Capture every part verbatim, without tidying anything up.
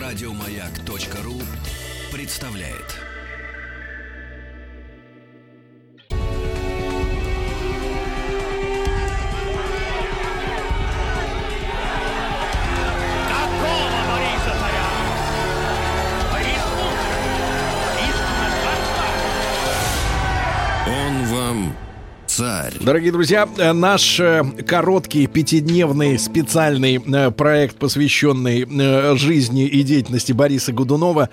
Радиомаяк.ру представляет. Он вам царь. Дорогие друзья, наш короткий пятидневный специальный проект, посвященный жизни и деятельности Бориса Годунова,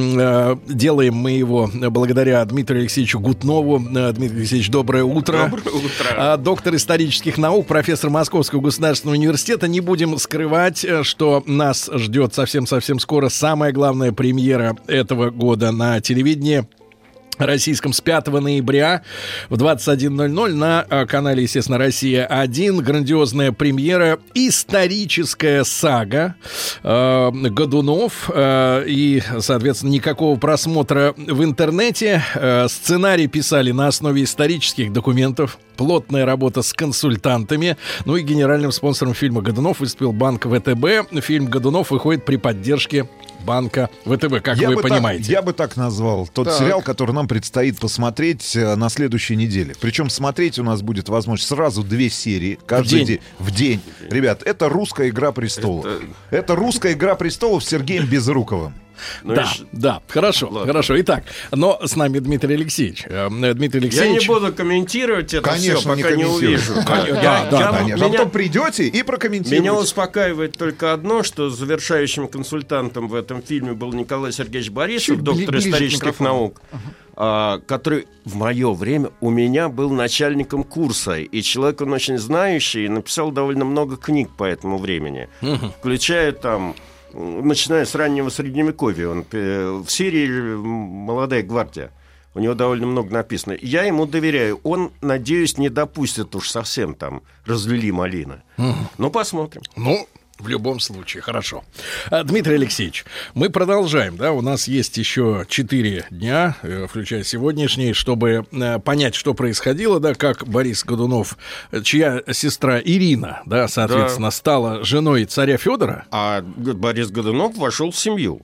делаем мы его благодаря Дмитрию Алексеевичу Гутнову. Дмитрий Алексеевич, доброе утро. Доброе утро. Доктор исторических наук, профессор Московского государственного университета. Не будем скрывать, что нас ждет совсем-совсем скоро самая главная премьера этого года на телевидении российском с пятого ноября в двадцать один ноль ноль на канале, естественно, «Россия один». Грандиозная премьера, историческая сага э, Годунов. Э, и, соответственно, никакого просмотра в интернете. Э, сценарий писали на основе исторических документов. Плотная работа с консультантами. Ну и генеральным спонсором фильма «Годунов» выступил банк ВТБ. Фильм «Годунов» выходит при поддержке банка ВТБ, как я вы бы понимаете. Так, я бы так назвал тот так. сериал, который нам предстоит посмотреть на следующей неделе. Причем смотреть у нас будет возможность сразу две серии каждый в день. день. В день. Ребят, это русская «Игра престолов». Это, это русская «Игра престолов» с Сергеем Безруковым. Ну, да, ш... да, хорошо, Ладно. хорошо. Итак, но с нами Дмитрий Алексеевич. Дмитрий Алексеевич. Я не буду комментировать это конечно, все, пока не, не увижу. Да, да, да, конечно. А потом придете и прокомментируете. Меня успокаивает только одно, что завершающим консультантом в этом фильме был Николай Сергеевич Борисов, Чуть доктор исторических наук, uh-huh. который в мое время у меня был начальником курса. И человек, он очень знающий, написал довольно много книг по этому времени, uh-huh. включая там... начиная с раннего Средневековья. Он в Сирии «Молодая гвардия». У него довольно много написано. Я ему доверяю. Он, надеюсь, не допустит уж совсем там разлили малина. Mm. Ну, посмотрим. Ну, в любом случае, хорошо. Дмитрий Алексеевич, мы продолжаем, да, у нас есть еще четыре дня, включая сегодняшний, чтобы понять, что происходило, да, как Борис Годунов, чья сестра Ирина, да, соответственно, да. стала женой царя Федора. А Борис Годунов вошел в семью.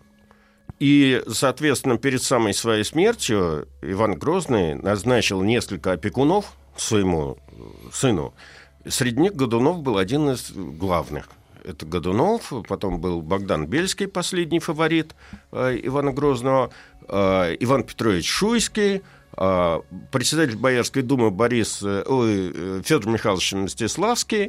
И, соответственно, перед самой своей смертью Иван Грозный назначил несколько опекунов своему сыну. Среди них Годунов был один из главных. Это Годунов, потом был Богдан Бельский, последний фаворит э, Ивана Грозного, э, Иван Петрович Шуйский, э, председатель Боярской думы Борис, э, э, Федор Михайлович Мстиславский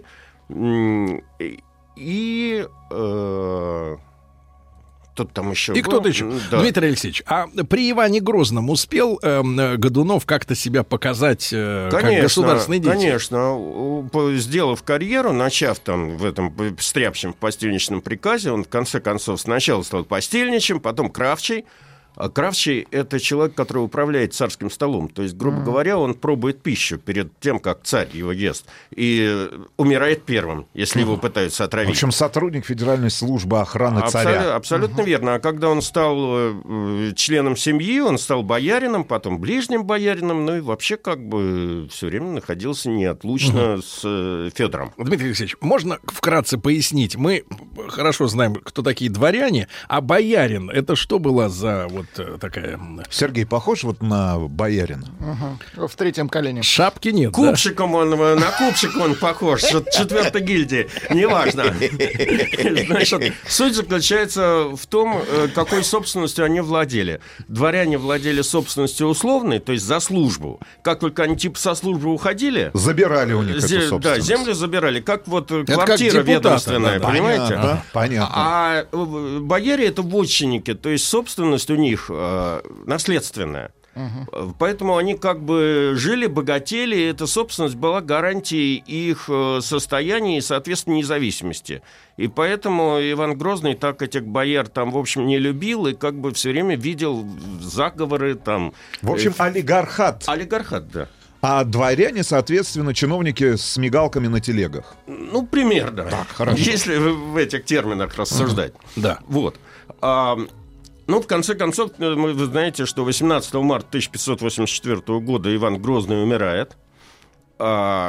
э, и... Э, Тут там еще и был. кто-то еще. Да. Дмитрий Алексеевич, а при Иване Грозном успел э, Годунов как-то себя показать э, конечно, как государственный деятель? Конечно. Сделав карьеру, начав там в этом стряпчем постельничном приказе, он в конце концов сначала стал постельничем, потом кравчий. А кравчий — это человек, который управляет царским столом. То есть, грубо mm-hmm. говоря, он пробует пищу перед тем, как царь его ест. И умирает первым, если mm-hmm. его пытаются отравить. В общем, сотрудник Федеральной службы охраны Абсол- царя. Абсолютно mm-hmm. верно. А когда он стал э, членом семьи, он стал боярином, потом ближним боярином, ну и вообще как бы все время находился неотлучно mm-hmm. с э, Федором. Дмитрий Алексеевич, можно вкратце пояснить? Мы хорошо знаем, кто такие дворяне, а боярин — это что была за... вот такая... Сергей похож вот на боярина? Угу. В третьем колене. Шапки нет, Купчиком да? он, на купчика он похож, четвертой гильдии, неважно. Значит, суть заключается в том, какой собственностью они владели. Дворяне владели собственностью условной, то есть за службу. Как только они типа со службы уходили... Забирали у них зе- эту собственность. Да, землю забирали, как вот это квартира как ведомственная, да, понимаете? Понятно, понятно. А бояре — это вотчинники, то есть собственность у них э, наследственная. Uh-huh. Поэтому они как бы жили, богатели, и эта собственность была гарантией их э, состояния и, соответственно, независимости. И поэтому Иван Грозный так этих бояр там, в общем, не любил и как бы все время видел заговоры там. В общем, э, олигархат. Олигархат, да. А дворяне, соответственно, чиновники с мигалками на телегах. Ну, примерно. Так, хорошо. Если в этих терминах рассуждать. Uh-huh. Да. Вот. А, ну, в конце концов, вы знаете, что восемнадцатого марта тысяча пятьсот восемьдесят четвёртого года Иван Грозный умирает. А,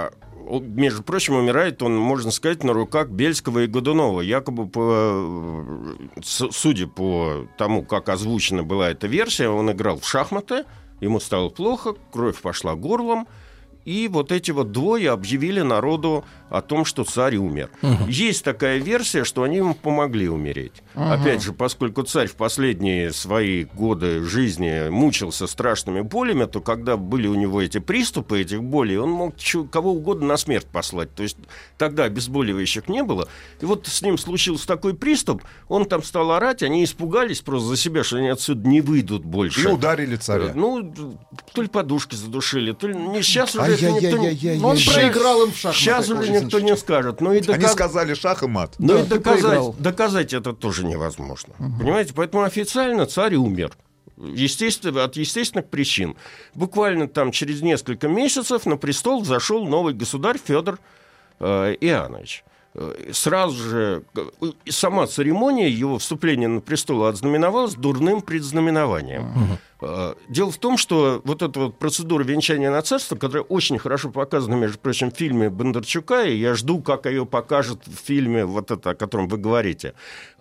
между прочим, умирает он, можно сказать, на руках Бельского и Годунова. Якобы, по, судя по тому, как озвучена была эта версия, он играл в шахматы, ему стало плохо, кровь пошла горлом, и вот эти вот двое объявили народу о том, что царь умер. Угу. Есть такая версия, что они ему помогли умереть. Угу. Опять же, поскольку царь в последние свои годы жизни мучился страшными болями, то когда были у него эти приступы этих болей, он мог кого угодно на смерть послать. То есть тогда обезболивающих не было. И вот с ним случился такой приступ, он там стал орать, они испугались просто за себя, что они отсюда не выйдут больше. И ударили царя. Ну, то ли подушки задушили, то ли... Не, сейчас уже это никто не... Он проиграл им в шахматы. Сейчас уже никто не скажет. Но и доказ... Они сказали шах и мат. Но да, и доказать, доказать это тоже невозможно. Угу. Понимаете? Поэтому официально царь умер. Естественно, от естественных причин. Буквально там через несколько месяцев на престол взошел новый государь Федор э, Иоаннович. Сразу же сама церемония его вступления на престол ознаменовалась дурным предзнаменованием. Угу. Дело в том, что вот эта вот процедура венчания на царство, которая очень хорошо показана, между прочим, в фильме Бондарчука, и я жду, как ее покажут в фильме, вот это, о котором вы говорите,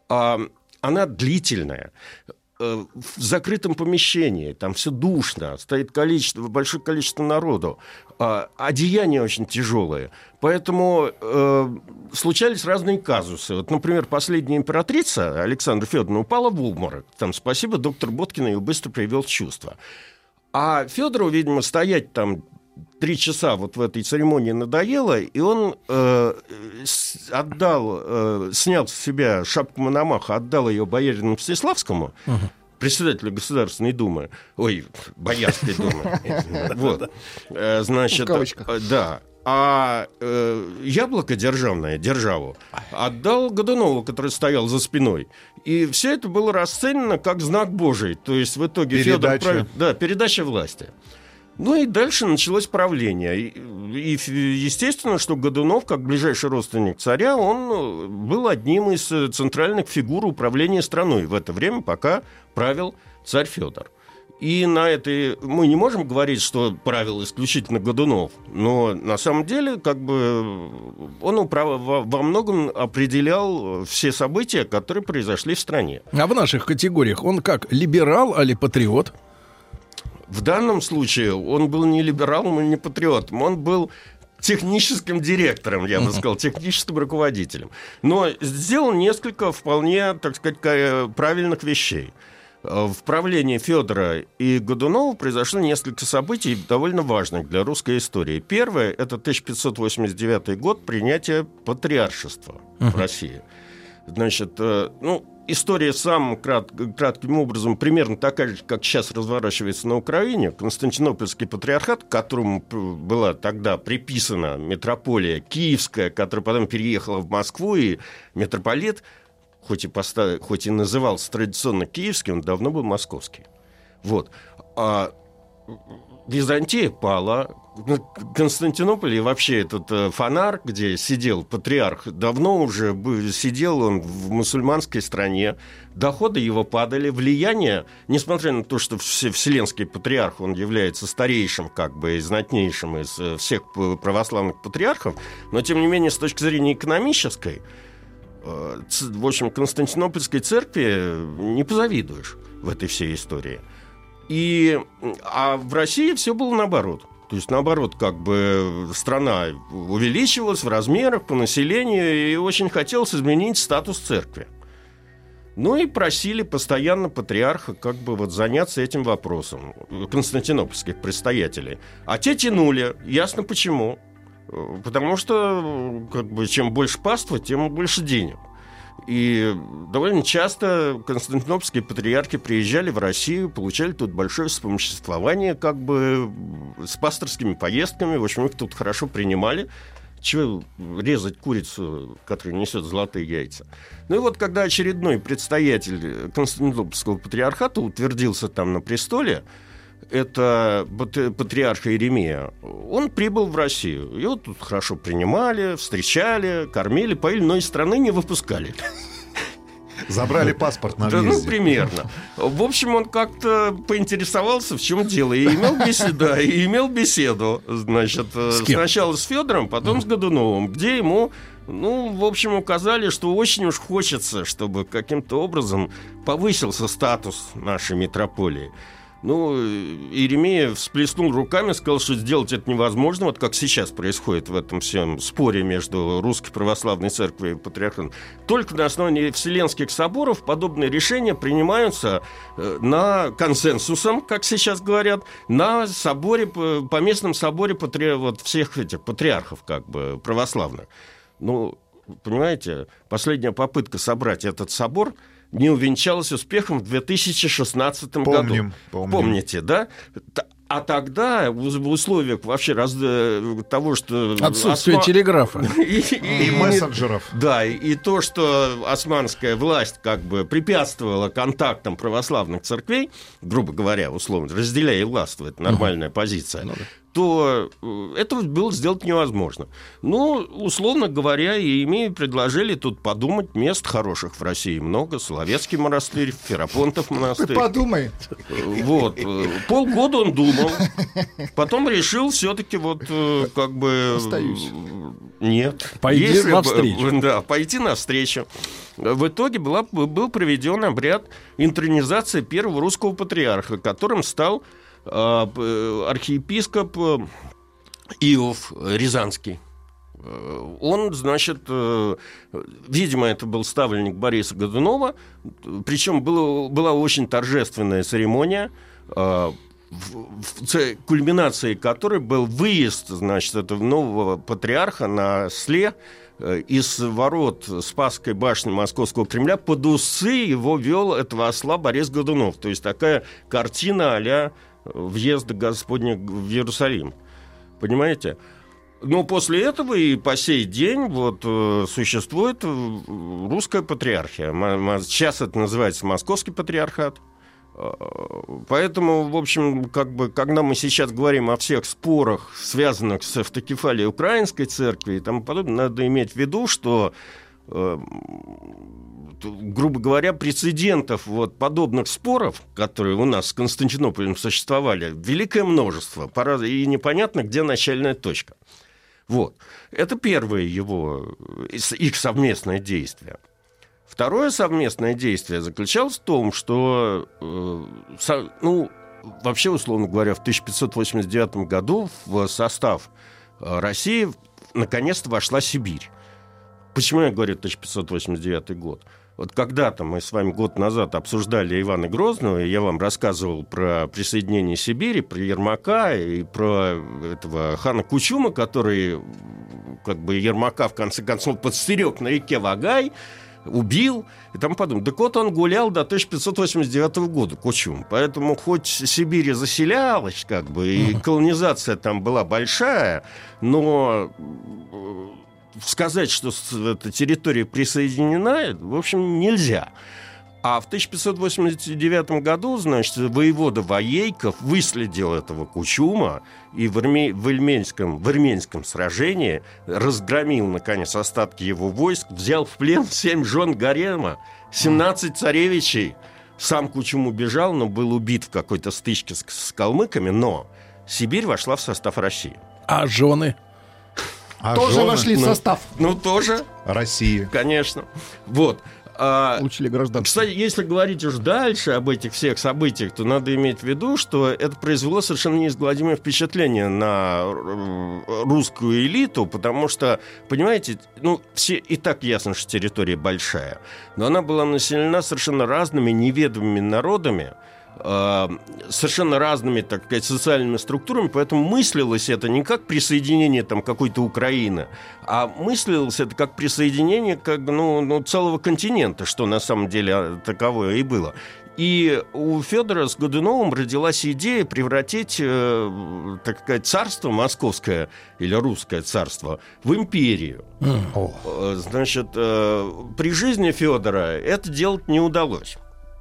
она длительная. В закрытом помещении, там все душно, стоит количество, большое количество народу, а одеяния очень тяжелые. Поэтому э, случались разные казусы. Вот, например, последняя императрица Александра Федоровна упала в обморок. Там, спасибо, доктор Боткин ее быстро привел в чувство. А Федору, видимо, стоять там три часа вот в этой церемонии надоело, и он э, отдал, э, снял с себя шапку Мономаха, отдал ее боярину Мстиславскому, uh-huh. председателю Государственной Думы, ой, Боярской Думы, вот, значит, да, а яблоко державное, державу, отдал Годунову, который стоял за спиной. И все это было расценено как знак Божий. То есть в итоге Федор правил... Да, передача власти. Ну и дальше началось правление. И, и естественно, что Годунов, как ближайший родственник царя, он был одним из центральных фигур управления страной в это время, пока правил царь Федор. И на это мы не можем говорить, что правил исключительно Годунов, но на самом деле как бы он управ... во многом определял все события, которые произошли в стране. А в наших категориях он как, либерал или патриот? В данном случае он был не либералом и не патриотом, он был техническим директором, я бы сказал, техническим руководителем. Но сделал несколько вполне, так сказать, правильных вещей. В правлении Федора и Годунова произошло несколько событий, довольно важных для русской истории. Первое – это тысяча пятьсот восемьдесят девятый год, принятие патриаршества uh-huh. в России. Значит, ну, история самым крат, кратким образом примерно такая же, как сейчас разворачивается на Украине. Константинопольский патриархат, к которому была тогда приписана митрополия Киевская, которая потом переехала в Москву, и митрополит, хоть и, постав... хоть и назывался традиционно киевским, он давно был московский. Вот. А Византия пала. Константинополь и вообще этот э, фонарь, где сидел патриарх, давно уже был, сидел он в мусульманской стране. Доходы его падали. Влияние, несмотря на то, что вселенский патриарх, он является старейшим, как бы, и знатнейшим из э, всех православных патриархов, но, тем не менее, с точки зрения экономической, э, ц, в общем, Константинопольской церкви не позавидуешь в этой всей истории. И, а в России все было наоборот. То есть, наоборот, как бы страна увеличивалась в размерах, по населению, и очень хотелось изменить статус церкви. Ну и просили постоянно патриарха как бы вот заняться этим вопросом, константинопольских предстоятелей. А те тянули, ясно почему. Потому что как бы, чем больше паства, тем больше денег. И довольно часто константинопольские патриархи приезжали в Россию, получали тут большое вспомоществование, как бы с пасторскими поездками. В общем, их тут хорошо принимали. Чего резать курицу, которая несет золотые яйца? Ну и вот когда очередной предстоятель Константинопольского патриархата утвердился там на престоле, это патриарх Иеремия, он прибыл в Россию. Его тут хорошо принимали, встречали, кормили, поили, но из страны не выпускали. Забрали паспорт на Да, ну, въезде. примерно. В общем, он как-то поинтересовался, в чем дело, и имел беседу, да, и имел беседу, значит, С кем? сначала с Федором, потом с Годуновым, где ему, ну, в общем, указали, что очень уж хочется, чтобы каким-то образом повысился статус нашей митрополии. Ну, Иеремеев всплеснул руками, сказал, что сделать это невозможно, вот как сейчас происходит в этом всем споре между Русской Православной Церковью и Патриархатом. Только на основании Вселенских соборов подобные решения принимаются на консенсусом, как сейчас говорят, на соборе, поместном соборе патри... вот всех этих патриархов, как бы, православных. Ну, понимаете, последняя попытка собрать этот собор не увенчалась успехом в две тысячи шестнадцатом Помним, году. помним. Помните, да? А тогда в условиях вообще раз... того, что... Отсутствие Осма... телеграфа. И, И мессенджеров. Да, и, и то, что османская власть как бы препятствовала контактам православных церквей, грубо говоря, условно, разделяя и властвуя, это нормальная позиция, Ну да. то это было сделать невозможно. Ну, условно говоря, Иеремею предложили тут подумать, мест хороших в России много, Соловецкий монастырь, Ферапонтов Ты монастырь. подумай. Вот. Полгода он думал. Потом решил все-таки вот э, как бы... Остаюсь. Нет. Пойди Если бы- навстречу. Да, пойти навстречу. В итоге была, был проведен обряд интронизации первого русского патриарха, которым стал э, архиепископ э, Иов Рязанский. Он, значит, э, видимо, это был ставленник Бориса Годунова, причем было, была очень торжественная церемония, э, в, в ц- кульминацией которой был выезд, значит, этого нового патриарха на осле э, из ворот Спасской башни Московского Кремля. Под усы его вел этого осла Борис Годунов. То есть такая картина а-ля въезда Господня в Иерусалим. Понимаете? Но после этого и по сей день вот, э, существует э, русская патриархия. М- м- сейчас это называется Московский патриархат. Э, Поэтому, в общем, как бы, когда мы сейчас говорим о всех спорах, связанных с автокефалией Украинской церкви и тому подобное, надо иметь в виду, что, э, т- грубо говоря, прецедентов вот, подобных споров, которые у нас с Константинополем существовали, великое множество, пора- и непонятно, где начальная точка. Вот. Это первое его, их совместное действие. Второе совместное действие заключалось в том, что, э, со, ну, вообще, условно говоря, в тысяча пятьсот восемьдесят девятом году в состав э, России наконец-то вошла Сибирь. Почему я говорю тысяча пятьсот восемьдесят девятый год? Вот когда-то мы с вами год назад обсуждали Ивана Грозного, и я вам рассказывал про присоединение Сибири, про Ермака и про этого хана Кучума, который как бы Ермака в конце концов подстерег на реке Вагай, убил и тому подобное. Так вот, он гулял до тысяча пятьсот восемьдесят девятого года, Кучум. Поэтому хоть Сибирь и заселялась, как бы, и колонизация там была большая, но сказать, что эта территория присоединена, в общем, нельзя. А в тысяча пятьсот восемьдесят девятом году, значит, воевода Воейков выследил этого Кучума и в, Арме... в, Ильменском... в Армянском сражении разгромил, наконец, остатки его войск, взял в плен семь жен гарема, семнадцать царевичей. Сам Кучум убежал, но был убит в какой-то стычке с, с калмыками, но Сибирь вошла в состав России. А жены? А Тоже жены вошли в ну, состав. Ну, тоже, России. конечно. Вот. А, Получили гражданство. Кстати, если говорить уж дальше об этих всех событиях, то надо иметь в виду, что это произвело совершенно неизгладимое впечатление на э, русскую элиту, потому что, понимаете, ну, все и так ясно, что территория большая, но она была населена совершенно разными неведомыми народами, э, совершенно разными, так сказать, социальными структурами, поэтому мыслилось это не как присоединение там, какой-то Украины, а мыслилось это как присоединение как, ну, ну, целого континента, что на самом деле таковое и было. И у Федора с Годуновым родилась идея превратить, э, так сказать, царство московское или русское царство в империю. Э, Значит, э, при жизни Федора это делать не удалось.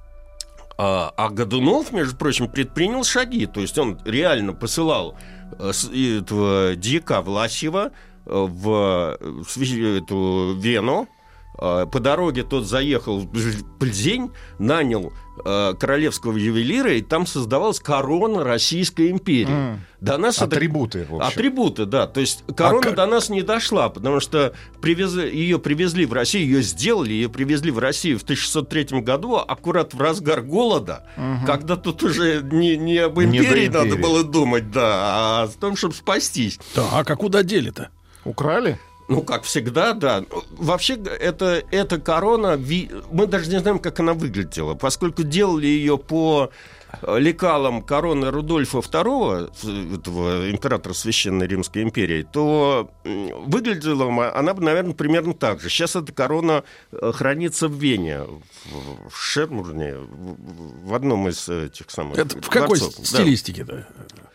А, а Годунов, между прочим, предпринял шаги. То есть он реально посылал э, с- этого дьяка Власьева э, в, в свя- эту Вену По дороге тот заехал в Пльзень, нанял э, королевского ювелира, и там создавалась корона Российской империи. Mm. До нас атрибуты, это... в общем. Атрибуты, да. То есть корона а как... до нас не дошла, потому что привезли... ее привезли в Россию, ее сделали, ее привезли в Россию в тысяча шестьсот третьем году, аккурат в разгар голода, mm-hmm. когда тут уже не, не об империи не надо было думать, да, а о том, чтобы спастись. Так, а куда дели-то? Украли? Ну, как всегда, да. Вообще, это, эта корона, мы даже не знаем, как она выглядела, поскольку делали ее по лекалам короны Рудольфа второго, этого императора Священной Римской империи, то выглядела она, наверное, примерно так же. Сейчас эта корона хранится в Вене, в Шербурне, в одном из этих самых... Это в какой дворцов. Стилистике-то? Да.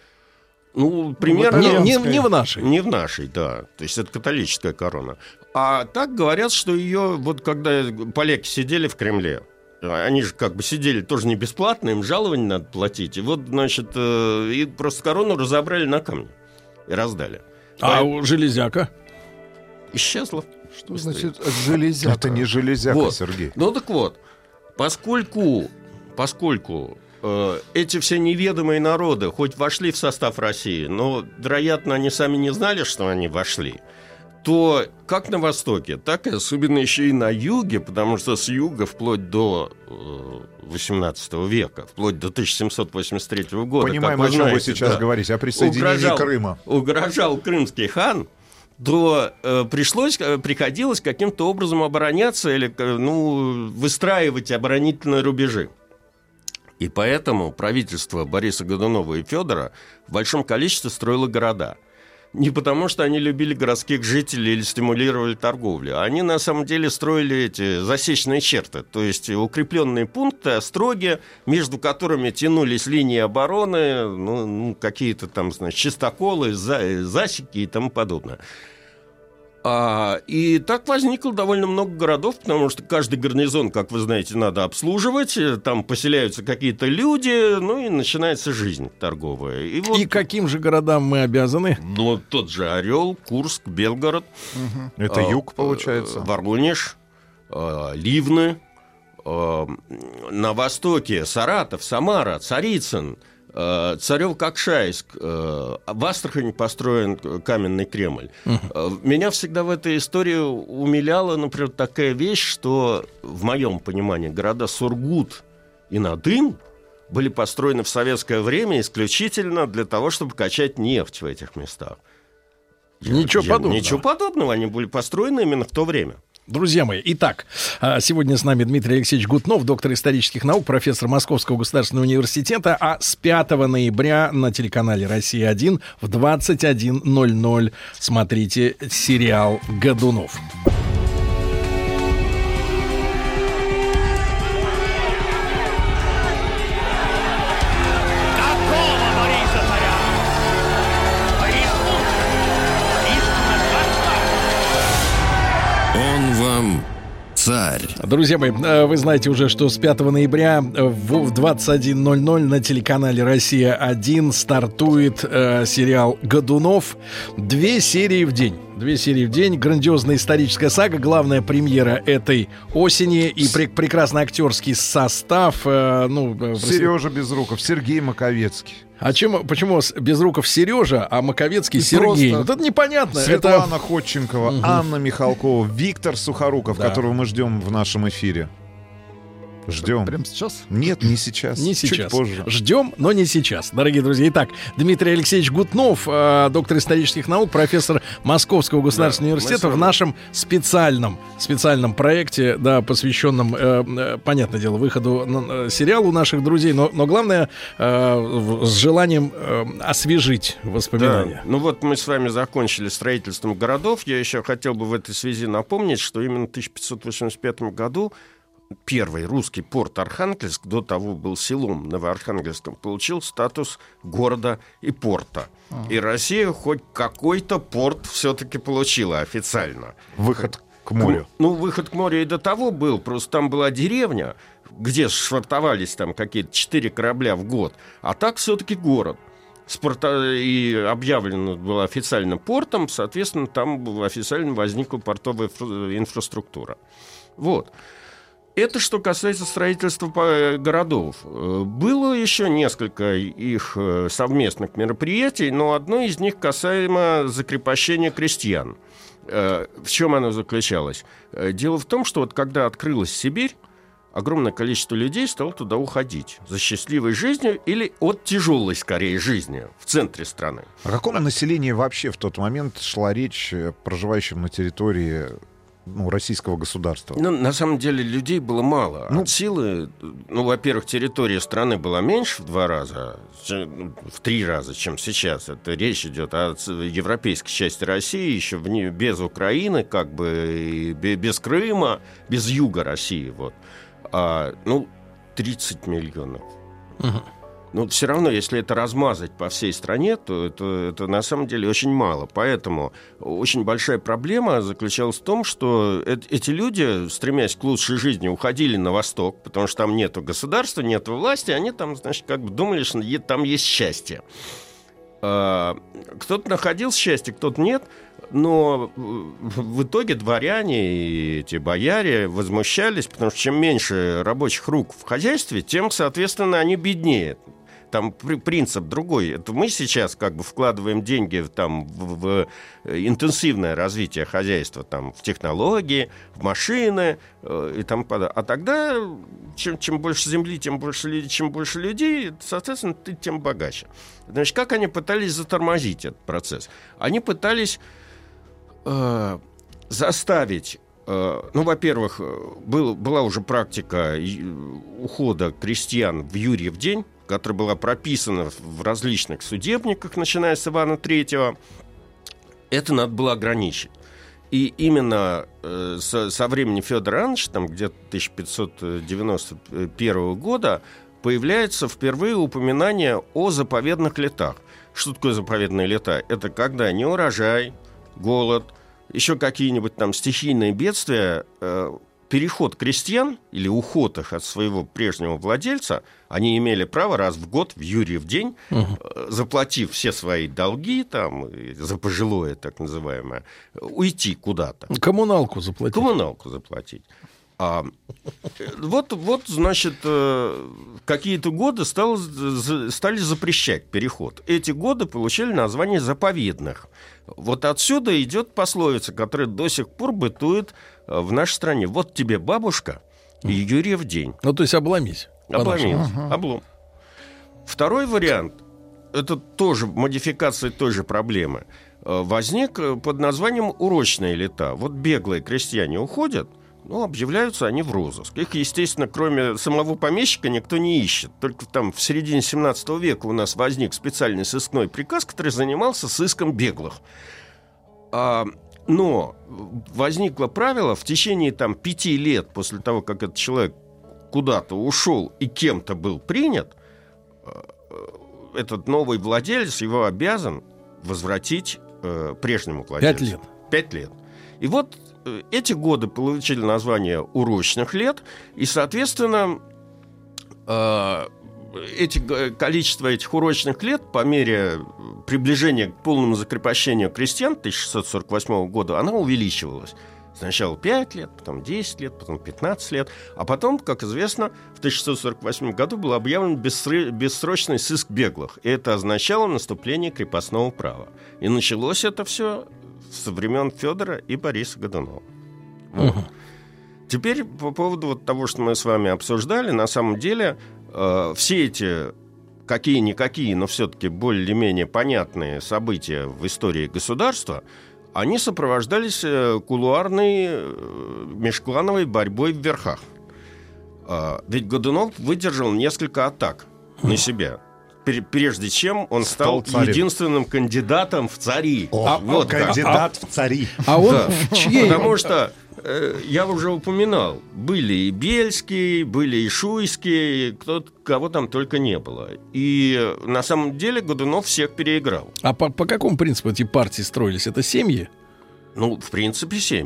Ну, примерно... Не, не, не в нашей. Не в нашей, да. То есть это католическая корона. А так говорят, что ее, вот когда поляки сидели в Кремле, они же как бы сидели тоже не бесплатно, им жалование надо платить. И вот, значит, и просто корону разобрали на камни и раздали. А По... у железяка? Исчезла. Что значит железяка? Это не железяка, вот. Сергей. Ну так вот, поскольку... поскольку эти все неведомые народы хоть вошли в состав России, но, вероятно, они сами не знали, что они вошли, то как на Востоке, так и особенно еще и на юге, потому что с юга вплоть до восемнадцатого века, вплоть до тысяча семьсот восемьдесят третьего года, понимаем, как вы о чем знаете, вы сейчас да, говорите, о присоединении угрожал, Крыма. Угрожал крымский хан, то э, пришлось, приходилось каким-то образом обороняться или ну, выстраивать оборонительные рубежи. И поэтому правительство Бориса Годунова и Федора в большом количестве строило города. Не потому, что они любили городских жителей или стимулировали торговлю. Они, на самом деле, строили эти засечные черты. То есть укрепленные пункты, остроги, между которыми тянулись линии обороны, ну, ну, какие-то там, значит, чистоколы, за, засеки и тому подобное. А, и так возникло довольно много городов, потому что каждый гарнизон, как вы знаете, надо обслуживать, там поселяются какие-то люди, ну и начинается жизнь торговая. И, вот, и каким же городам мы обязаны? Ну, тот же Орел, Курск, Белгород. Угу. Это а, юг, получается. Воронеж, а, Ливны, а, на востоке Саратов, Самара, Царицын, Царев-Кокшайск, в Астрахани построен каменный Кремль. Uh-huh. Меня всегда в этой истории умиляла, например, такая вещь, что в моем понимании города Сургут и Надым были построены в советское время исключительно для того, чтобы качать нефть в этих местах. Ничего я, подобного. Ничего подобного, они были построены именно в то время. Друзья мои, итак, сегодня с нами Дмитрий Алексеевич Гутнов, доктор исторических наук, профессор Московского государственного университета, а с пятого ноября на телеканале «Россия один» в двадцать один ноль ноль смотрите сериал «Годунов». Царь. Друзья мои, вы знаете уже, что с пятого ноября в двадцать один ноль ноль на телеканале «Россия один» стартует э, сериал «Годунов». Две серии в день. Две серии в день. Грандиозная историческая сага. Главная премьера этой осени. И пре- прекрасный актерский состав. Э, ну, Сережа Безруков, Сергей Маковецкий. А чем, почему Безруков Сережа, а Маковецкий и Сергей? Вот это непонятно. Светлана это... Ходченкова, угу. Анна Михалкова, Виктор Сухоруков, да. которого мы ждем в нашем эфире. Ждем. Прямо сейчас? Нет, не сейчас. Не сейчас. Чуть позже. Ждем, но не сейчас. Дорогие друзья. Итак, Дмитрий Алексеевич Гутнов, э, доктор исторических наук, профессор Московского государственного да, университета в нашем специальном, специальном проекте, да, посвященном, э, э, понятное дело, выходу э, сериалу наших друзей, но, но главное, э, с желанием э, освежить воспоминания. Да. Ну вот мы с вами закончили строительством городов. Я еще хотел бы в этой связи напомнить, что именно в тысяча пятьсот восемьдесят пятом году первый русский порт Архангельск, до того был селом Новоархангельском, получил статус города и порта. Uh-huh. И Россия хоть какой-то порт все-таки получила официально. Выход к морю. Ну, ну, выход к морю и до того был, просто там была деревня, где швартовались там какие-то четыре корабля в год, а так все-таки город. спорта... и объявлено было официально портом, соответственно, там официально возникла портовая инфраструктура. Вот. Это что касается строительства городов. Было еще несколько их совместных мероприятий, но одно из них касаемо закрепощения крестьян. В чем оно заключалось? Дело в том, что вот когда открылась Сибирь, огромное количество людей стало туда уходить за счастливой жизнью или от тяжелой, скорее, жизни в центре страны. О каком населении вообще в тот момент шла речь, проживающем на территории, ну, российского государства? Ну, на самом деле людей было мало. Ну, От силы, ну, во-первых, территория страны была меньше в два раза, в три раза, чем сейчас. Это речь идет о европейской части России, еще в ней, без Украины, как бы, и без Крыма, без юга России, вот. А, ну, тридцать миллионов. Угу. Но все равно, если это размазать по всей стране, то это, это на самом деле очень мало. Поэтому очень большая проблема заключалась в том, что э- эти люди, стремясь к лучшей жизни, уходили на восток, потому что там нету государства, нету власти, они там, значит, как бы думали, что там есть счастье. А, кто-то находил счастье, кто-то нет. Но в итоге дворяне и эти бояре возмущались, потому что чем меньше рабочих рук в хозяйстве, тем, соответственно, они беднее. Там принцип другой. Это мы сейчас как бы вкладываем деньги там, в, в интенсивное развитие хозяйства, там, в технологии, в машины э, и тому подобное. А тогда чем, чем больше земли, тем больше людей, чем больше людей, соответственно, ты тем богаче. Значит, как они пытались затормозить этот процесс? Они пытались э, заставить... Ну, во-первых, был, была уже практика ухода крестьян в Юрьев день, которая была прописана в различных судебниках, начиная с Ивана Третьего. Это надо было ограничить. И именно э, со, со времени Федора Ивановича, там где-то тысяча пятьсот девяносто первого года, появляется впервые упоминание о заповедных летах. Что такое заповедные лета? Это когда не урожай, голод, еще какие-нибудь там стихийные бедствия, э, переход крестьян или уход их от своего прежнего владельца, они имели право раз в год, в Юрьев день, угу. э, заплатив все свои долги, там, за пожилое, так называемое, уйти куда-то. Коммуналку заплатить. Коммуналку заплатить. А, вот, вот, значит, какие-то годы стало, стали запрещать переход. Эти годы получили название заповедных. Вот отсюда идет пословица, которая до сих пор бытует в нашей стране. Вот тебе бабушка и Юрьев день. Ну, то есть обломись. Обломись. Ага. Облом. Второй вариант, это тоже модификация той же проблемы, возник под названием урочные лета. Вот беглые крестьяне уходят, ну, объявляются они в розыск. Их, естественно, кроме самого помещика никто не ищет. Только там в середине семнадцатого века у нас возник специальный сыскной приказ, который занимался сыском беглых. А, но возникло правило, в течение там, пяти лет после того, как этот человек куда-то ушел и кем-то был принят, этот новый владелец его обязан возвратить э, прежнему владельцу. Пять лет. Пять лет. И вот эти годы получили название урочных лет, и, соответственно, эти, количество этих урочных лет по мере приближения к полному закрепощению крестьян тысяча шестьсот сорок восьмого года, оно увеличивалось. Сначала пять лет, потом десять лет, потом пятнадцать лет. А потом, как известно, в тысяча шестьсот сорок восьмом году был объявлен бессрочный сыск беглых. И это означало наступление крепостного права. И началось это все со времен Федора и Бориса Годунова. Вот. Угу. Теперь по поводу вот того, что мы с вами обсуждали, на самом деле э, все эти какие-никакие, но все-таки более-менее понятные события в истории государства, они сопровождались э, кулуарной э, межклановой борьбой в верхах. Э, ведь Годунов выдержал несколько атак на себя, прежде чем он стал, стал единственным кандидатом в цари. О, а, вот кандидат а, в цари. А он да. в чьей? Потому что, э, я уже упоминал, были и Бельские, были и Шуйские, кто, кого там только не было. И на самом деле Годунов всех переиграл. А по, по какому принципу эти партии строились? Это семьи? Ну, в принципе, семьи.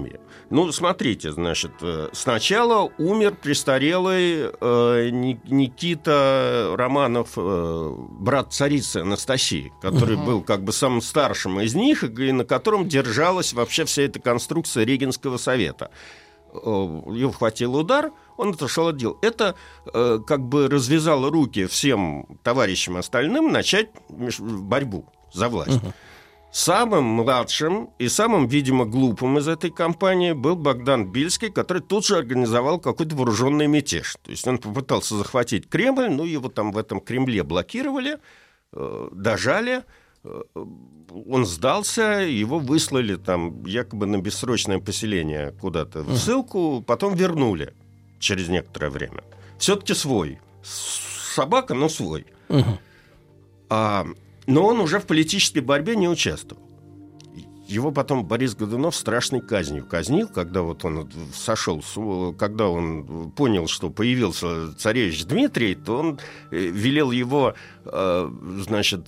Ну, смотрите, значит, сначала умер престарелый э, Никита Романов, э, брат царицы Анастасии, который uh-huh. был как бы самым старшим из них, и на котором держалась вообще вся эта конструкция Регенского совета. Его хватил удар, он отошел от дел. Это э, как бы развязало руки всем товарищам остальным начать борьбу за власть. Uh-huh. Самым младшим и самым, видимо, глупым из этой кампании был Богдан Бельский, который тут же организовал какой-то вооруженный мятеж. То есть он попытался захватить Кремль, но его там в этом Кремле блокировали, э, дожали. Э, он сдался, его выслали там якобы на бессрочное поселение куда-то в ссылку, потом вернули через некоторое время. Все-таки свой. Собака, но свой. Uh-huh. А... Но он уже в политической борьбе не участвовал. Его потом Борис Годунов страшной казнью казнил, когда вот он сошел, когда он понял, что появился царевич Дмитрий, то он велел его, значит,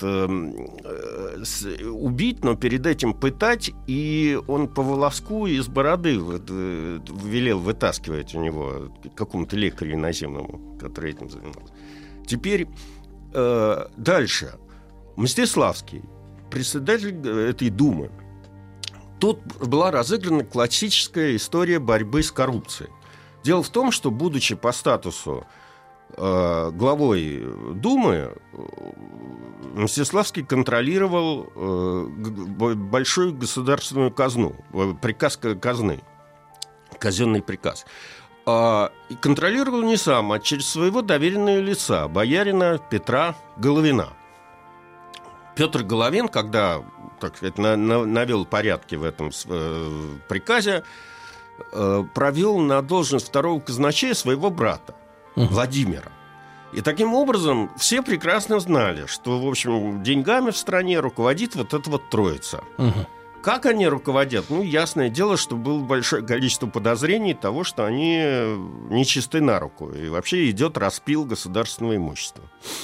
убить, но перед этим пытать, и он по волоску из бороды велел вытаскивать у него какому-то лекарю иноземному, который этим занимался. Теперь дальше. Мстиславский, председатель этой думы, тут была разыграна классическая история борьбы с коррупцией. Дело в том, что, будучи по статусу э, главой думы, Мстиславский контролировал э, большую государственную казну, приказ казны, казенный приказ. А, и контролировал не сам, а через своего доверенного лица, боярина Петра Головина. Петр Головин, когда, так сказать, на, на, навел порядки в этом э, приказе, э, провел на должность второго казначея своего брата, uh-huh. Владимира. И таким образом все прекрасно знали, что, в общем, деньгами в стране руководит вот эта вот троица. Uh-huh. Как они руководят? Ну, ясное дело, что было большое количество подозрений того, что они нечисты на руку. И вообще идет распил государственного имущества.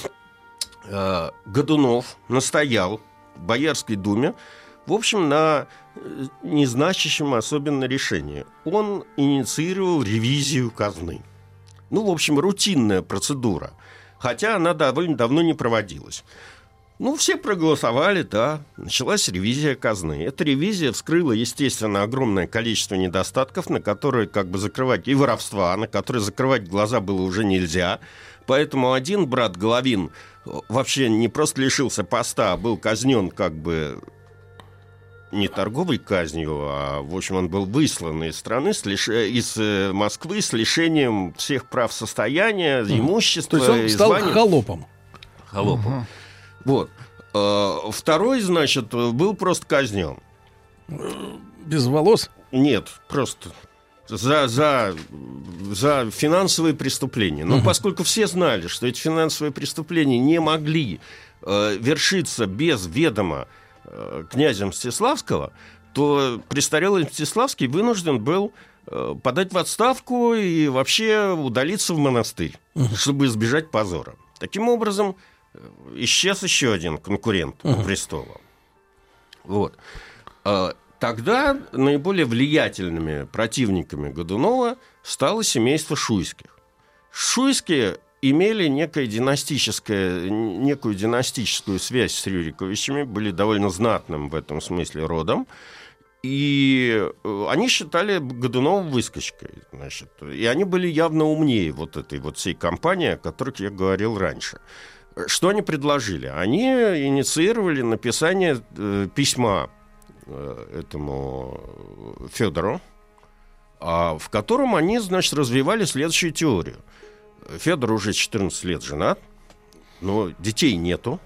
Годунов настоял в Боярской думе, в общем, на незначащем особенно решении. Он инициировал ревизию казны. Ну, в общем, рутинная процедура, хотя она довольно давно не проводилась. Ну, все проголосовали, да, началась ревизия казны. Эта ревизия вскрыла, естественно, огромное количество недостатков, на которые как бы закрывать, и воровства, на которые закрывать глаза было уже нельзя. Поэтому один брат Головин вообще не просто лишился поста, а был казнен как бы не торговой казнью, а, в общем, он был выслан из страны, с лиш... из Москвы с лишением всех прав состояния, имущества. То есть он стал звания. холопом. Холопом. Угу. Вот. Второй, значит, был просто казнен. Без волос? Нет, просто... За, за, за финансовые преступления. Но uh-huh. поскольку все знали, что эти финансовые преступления не могли э, вершиться без ведома э, князя Мстиславского, то престарелый Мстиславский вынужден был э, подать в отставку и вообще удалиться в монастырь, uh-huh. чтобы избежать позора. Таким образом, исчез еще один конкурент uh-huh. престола. Вот. Тогда наиболее влиятельными противниками Годунова стало семейство Шуйских. Шуйские имели некое династическое, некую династическую связь с Рюриковичами, были довольно знатным в этом смысле родом, и они считали Годунова выскочкой. Значит, и они были явно умнее вот этой вот всей кампании, о которой я говорил раньше. Что они предложили? Они инициировали написание э, письма этому Федору, в котором они, значит, развивали следующую теорию. Федор уже четырнадцать лет женат, но детей нету.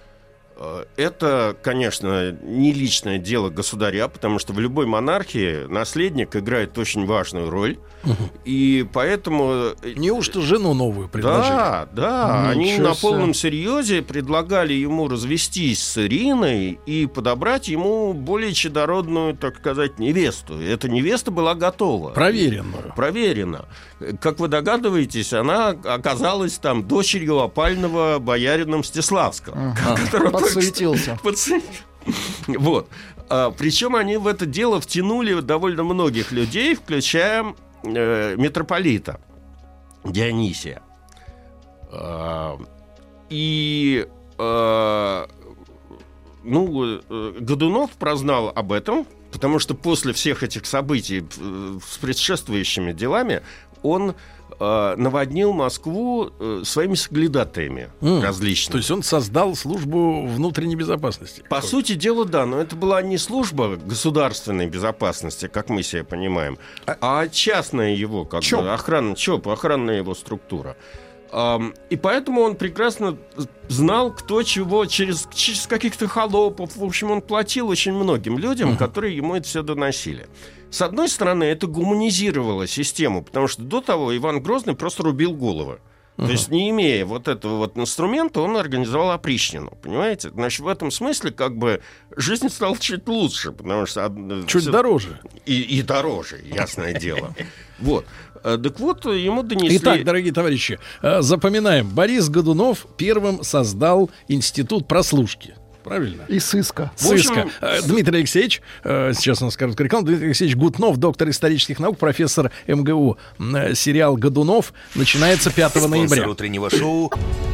Это, конечно, не личное дело государя, потому что в любой монархии наследник играет очень важную роль. Угу. И поэтому... Неужто жену новую предложили? Да, да. Ничего они на полном серьезе предлагали ему развестись с Ириной и подобрать ему более чадородную, так сказать, невесту. Эта невеста была готова. Проверенную. Проверена. Как вы догадываетесь, она оказалась там дочерью опального боярина Мстиславского, ага. которого подсуетился. Вот. А, причем они в это дело втянули довольно многих людей, включая э, митрополита Дионисия. А, и а, ну, Годунов прознал об этом, потому что после всех этих событий с предшествующими делами он э, наводнил Москву э, своими соглядатаями mm. различными. То есть он создал службу внутренней безопасности? По сути дела, да, но это была не служба государственной безопасности, как мы себе понимаем, а, а частная его, как ЧОП. бы, охрана, ЧОП, охранная его структура. И поэтому он прекрасно знал, кто чего, через, через каких-то холопов. В общем, он платил очень многим людям, uh-huh. которые ему это все доносили. С одной стороны, это гуманизировало систему, потому что до того Иван Грозный просто рубил головы. Uh-huh. То есть, не имея вот этого вот инструмента, он организовал опричнину, понимаете? Значит, в этом смысле как бы жизнь стала чуть лучше, потому что... Чуть все... дороже. И, и дороже, ясное дело. Вот. Так вот, ему донесли... Итак, дорогие товарищи, запоминаем. Борис Годунов первым создал институт прослушки. Правильно? И сыска. Сыска. Общем... Дмитрий Алексеевич, сейчас у нас короткая реклама, Дмитрий Алексеевич Гутнов, доктор исторических наук, профессор эм гэ у. Сериал «Годунов» начинается пятого ноября. Спонсор утреннего шоу...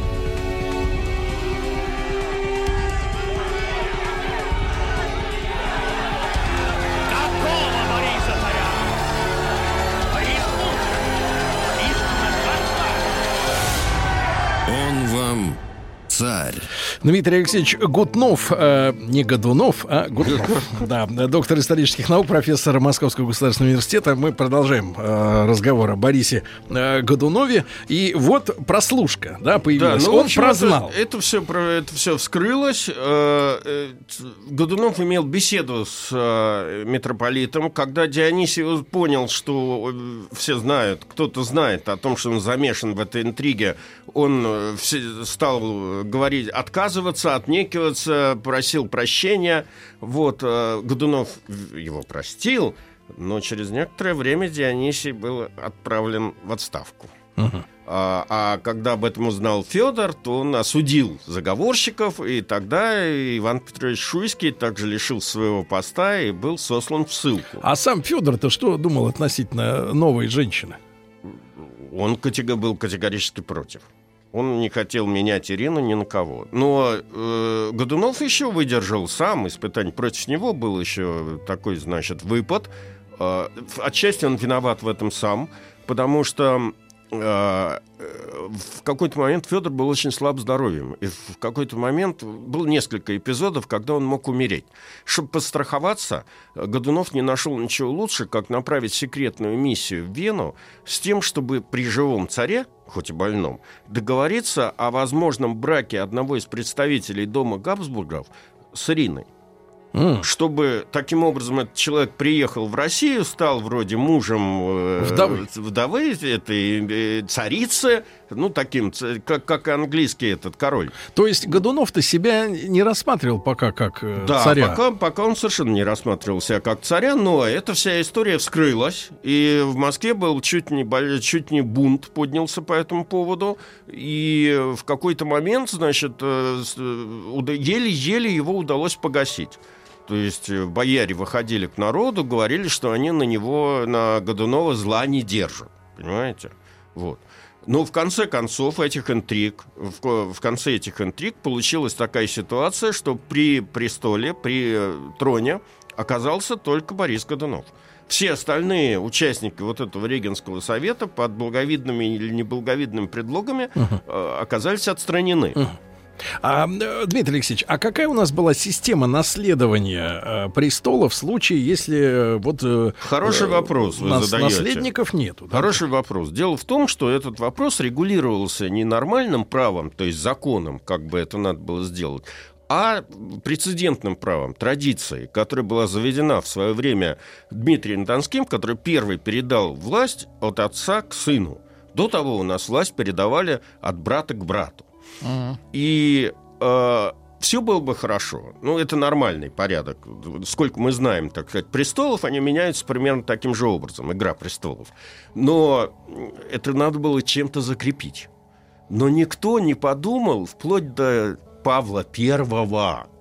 Царь. Дмитрий Алексеевич Гутнов, э, не Годунов, а Гутнов, да, доктор исторических наук, профессор Московского государственного университета. Мы продолжаем э, разговор о Борисе э, Годунове. И вот прослушка, да, появилась. Да, ну, он общем, прознал. Это, это, все, это все вскрылось. Годунов имел беседу с э, митрополитом, когда Дионисий понял, что все знают, кто-то знает о том, что он замешан в этой интриге, он все, стал говорить, отказываться, отнекиваться, просил прощения. Вот, Годунов его простил, но через некоторое время Дионисий был отправлен в отставку. Uh-huh. А, а когда об этом узнал Федор, то он осудил заговорщиков, и тогда Иван Петрович Шуйский также лишился своего поста и был сослан в ссылку. А сам Федор-то что думал относительно новой женщины? Он катего- был категорически против. Он не хотел менять Ирину ни на кого. Но э, Годунов еще выдержал сам. Испытание против него был еще такой, значит, выпад. Э, отчасти он виноват в этом сам, потому что э, в какой-то момент Федор был очень слаб здоровьем. И в какой-то момент было несколько эпизодов, когда он мог умереть. Чтобы подстраховаться, Годунов не нашел ничего лучше, как направить секретную миссию в Вену с тем, чтобы при живом царе, хоть и больном, договориться о возможном браке одного из представителей дома Габсбургов с Ириной. Mm. Чтобы таким образом этот человек приехал в Россию, стал вроде мужем э, вдовы. вдовы этой э, царицы, ну, таким, как, как английский этот король. То есть Годунов-то себя не рассматривал пока как э, да, царя? Да, пока, пока он совершенно не рассматривал себя как царя, но эта вся история вскрылась, и в Москве был чуть не, чуть не бунт поднялся по этому поводу, и в какой-то момент, значит, еле-еле его удалось погасить. То есть бояре выходили к народу, говорили, что они на него, на Годунова, зла не держат. Понимаете? Вот. Но в конце концов этих интриг, в, в конце этих интриг получилась такая ситуация, что при престоле, при троне оказался только Борис Годунов. Все остальные участники вот этого Регенского совета под благовидными или неблаговидными предлогами uh-huh. оказались отстранены. Uh-huh. А, Дмитрий Алексеевич, а какая у нас была система наследования э, престола в случае, если вот э, хороший вопрос вы нас, задаете. Наследников нету? Да? Хороший вопрос. Дело в том, что этот вопрос регулировался не нормальным правом, то есть законом, как бы это надо было сделать, а прецедентным правом, традицией, которая была заведена в свое время Дмитрием Донским, который первый передал власть от отца к сыну. До того у нас власть передавали от брата к брату. Uh-huh. И э, все было бы хорошо. Ну, это нормальный порядок. Сколько мы знаем, так сказать, престолов, они меняются примерно таким же образом. Игра престолов. Но это надо было чем-то закрепить. Но никто не подумал, вплоть до Павла Первого,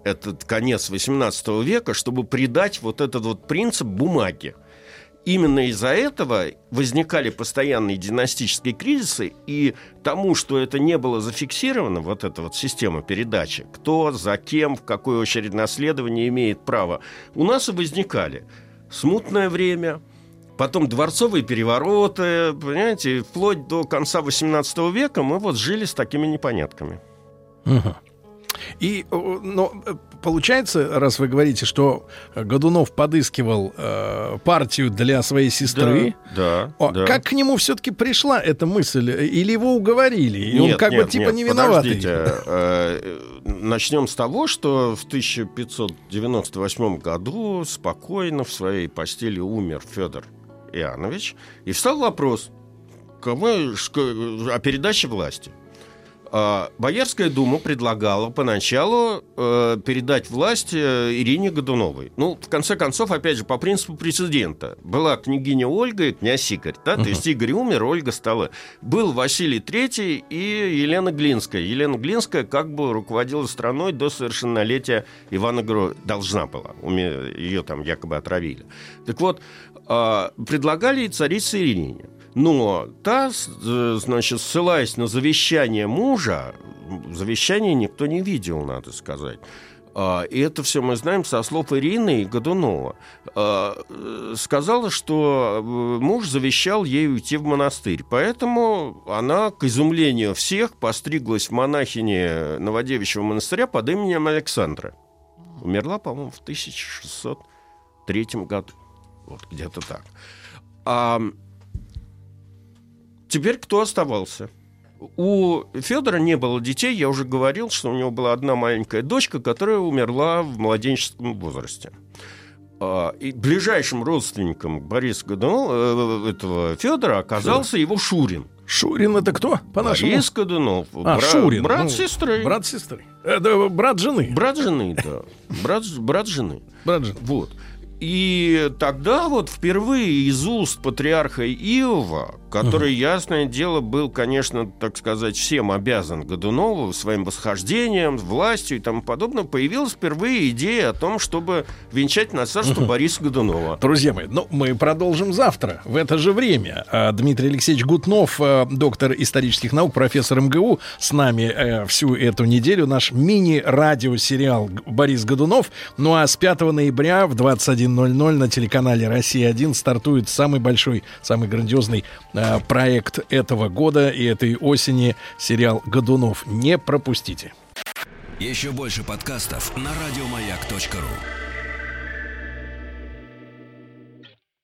этот конец восемнадцатого века, чтобы придать вот этот вот принцип бумаги. Именно из-за этого возникали постоянные династические кризисы, и тому, что это не было зафиксировано, вот эта вот система передачи, кто, за кем, в какой очередь наследования имеет право, у нас и возникали смутное время, потом дворцовые перевороты, понимаете, вплоть до конца восемнадцатого века мы вот жили с такими непонятками. Угу. И, но получается, раз вы говорите, что Годунов подыскивал э, партию для своей сестры, да, а да. как к нему все-таки пришла эта мысль? Или его уговорили? И нет, он как нет, бы типа нет, не виноватый? Подождите. Начнем с того, что в тысяча пятьсот девяносто восьмом году спокойно в своей постели умер Федор Иоаннович, и встал вопрос кому, о передаче власти. Боярская дума предлагала поначалу э, передать власть Ирине Годуновой. Ну, в конце концов, опять же, по принципу прецедента. Была княгиня Ольга и князь Игорь. Да? Uh-huh. То есть Игорь умер, Ольга стала. Был Василий Третий и Елена Глинская. Елена Глинская как бы руководила страной до совершеннолетия Ивана Грозного. Должна была. Ее там якобы отравили. Так вот, э, предлагали и царице Ирине. Но та, значит, ссылаясь на завещание мужа, завещание никто не видел, надо сказать. И это все мы знаем со слов Ирины Годунова. Сказала, что муж завещал ей уйти в монастырь. Поэтому она, к изумлению всех, постриглась в монахине Новодевичьего монастыря под именем Александра. Умерла, по-моему, в тысяча шестьсот третьем году. Вот где-то так. А теперь кто оставался? У Федора не было детей, я уже говорил, что у него была одна маленькая дочка, которая умерла в младенческом возрасте. И ближайшим родственником Бориса Годунова, этого Федора, оказался его Шурин. Шурин это кто? По-нашему? Борис Годунов. А, бра- Шурин. Брат ну, сестры. Брат сестры. Это брат жены. Брат жены, да. Брат, брат жены. Брат жены. Вот. И тогда вот впервые из уст патриарха Иова, который, uh-huh. ясное дело, был, конечно, так сказать, всем обязан Годунову своим восхождением, властью и тому подобное, появилась впервые идея о том, чтобы венчать наследство uh-huh. Бориса Годунова. Друзья мои, ну, мы продолжим завтра, в это же время. Дмитрий Алексеевич Гутнов, доктор исторических наук, профессор эм гэ у, с нами всю эту неделю. Наш мини-радиосериал «Борис Годунов». Ну а с пятого ноября в двадцать один ноль ноль на телеканале «Россия один» стартует самый большой, самый грандиозный э, проект этого года и этой осени, сериал «Годунов». Не пропустите. Еще больше подкастов на радиомаяк точка ру.